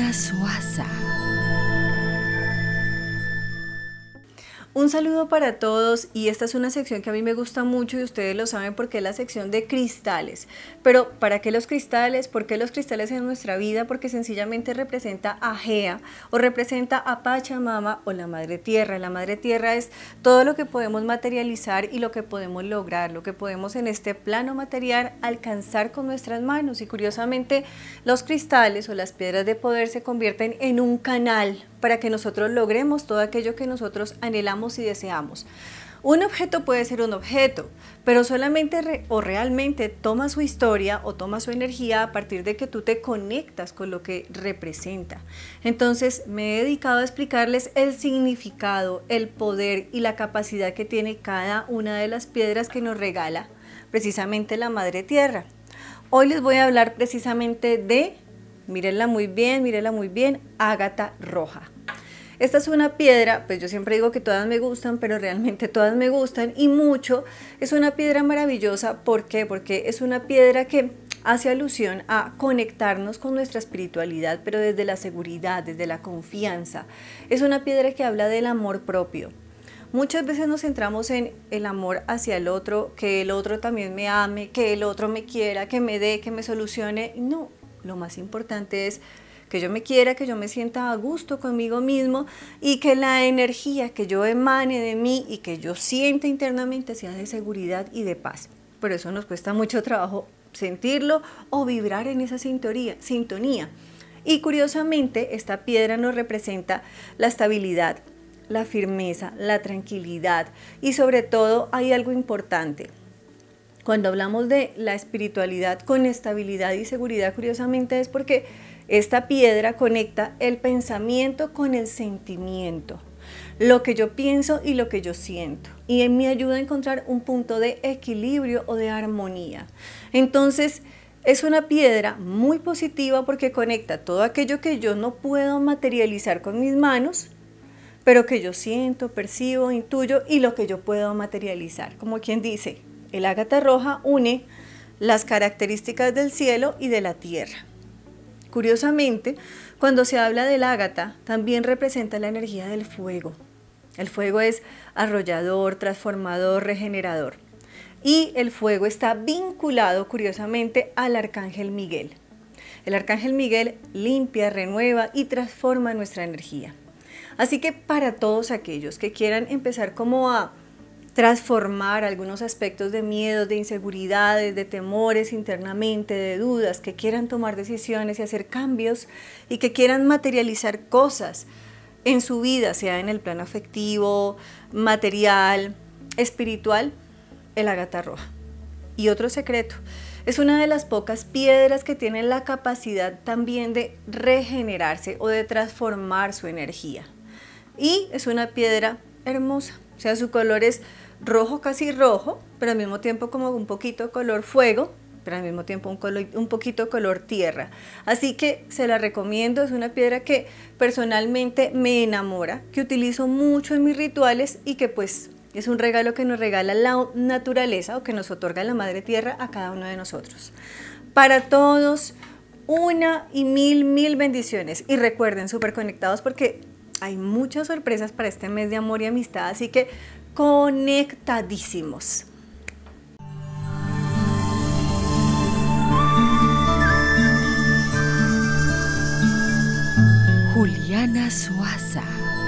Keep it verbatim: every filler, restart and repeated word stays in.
Juliana Suaza. Un saludo para todos, y esta es una sección que a mí me gusta mucho y ustedes lo saben porque es la sección de cristales. Pero ¿para qué los cristales? ¿Por qué los cristales en nuestra vida? Porque sencillamente representa a Gea o representa a Pachamama o la Madre Tierra. La Madre Tierra es todo lo que podemos materializar y lo que podemos lograr, lo que podemos en este plano material alcanzar con nuestras manos. Y curiosamente los cristales o las piedras de poder se convierten en un canal para que nosotros logremos todo aquello que nosotros anhelamos y deseamos. Un objeto puede ser un objeto, pero solamente re, o realmente toma su historia o toma su energía a partir de que tú te conectas con lo que representa. Entonces me he dedicado a explicarles el significado, el poder y la capacidad que tiene cada una de las piedras que nos regala precisamente la Madre Tierra. Hoy les voy a hablar precisamente de, mírenla muy bien, mírenla muy bien, ágata roja. Esta es una piedra, pues yo siempre digo que todas me gustan, pero realmente todas me gustan y mucho. Es una piedra maravillosa, ¿por qué? Porque es una piedra que hace alusión a conectarnos con nuestra espiritualidad, pero desde la seguridad, desde la confianza. Es una piedra que habla del amor propio. Muchas veces nos centramos en el amor hacia el otro, que el otro también me ame, que el otro me quiera, que me dé, que me solucione. No, lo más importante es que yo me quiera, que yo me sienta a gusto conmigo mismo y que la energía que yo emane de mí y que yo sienta internamente sea de seguridad y de paz. Por eso nos cuesta mucho trabajo sentirlo o vibrar en esa sintonía. sintonía. Y curiosamente esta piedra nos representa la estabilidad, la firmeza, la tranquilidad y sobre todo hay algo importante. Cuando hablamos de la espiritualidad con estabilidad y seguridad, curiosamente es porque esta piedra conecta el pensamiento con el sentimiento, lo que yo pienso y lo que yo siento, y me ayuda a encontrar un punto de equilibrio o de armonía. Entonces, es una piedra muy positiva porque conecta todo aquello que yo no puedo materializar con mis manos, pero que yo siento, percibo, intuyo y lo que yo puedo materializar. Como quien dice, el ágata roja une las características del cielo y de la tierra. Curiosamente, cuando se habla del ágata, también representa la energía del fuego. El fuego es arrollador, transformador, regenerador. Y el fuego está vinculado, curiosamente, al arcángel Miguel. El arcángel Miguel limpia, renueva y transforma nuestra energía. Así que para todos aquellos que quieran empezar como a transformar algunos aspectos de miedos, de inseguridades, de temores internamente, de dudas, que quieran tomar decisiones y hacer cambios y que quieran materializar cosas en su vida, sea en el plano afectivo, material, espiritual, el ágata roja. Y otro secreto, es una de las pocas piedras que tienen la capacidad también de regenerarse o de transformar su energía. Y es una piedra hermosa, o sea, su color es rojo, casi rojo, pero al mismo tiempo como un poquito color fuego, pero al mismo tiempo un, color, un poquito color tierra. Así que se la recomiendo, es una piedra que personalmente me enamora, que utilizo mucho en mis rituales y que pues es un regalo que nos regala la naturaleza o que nos otorga la Madre Tierra a cada uno de nosotros. Para todos, una y mil, mil bendiciones. Y recuerden, súper conectados porque hay muchas sorpresas para este mes de amor y amistad, así que conectadísimos. Juliana Suaza.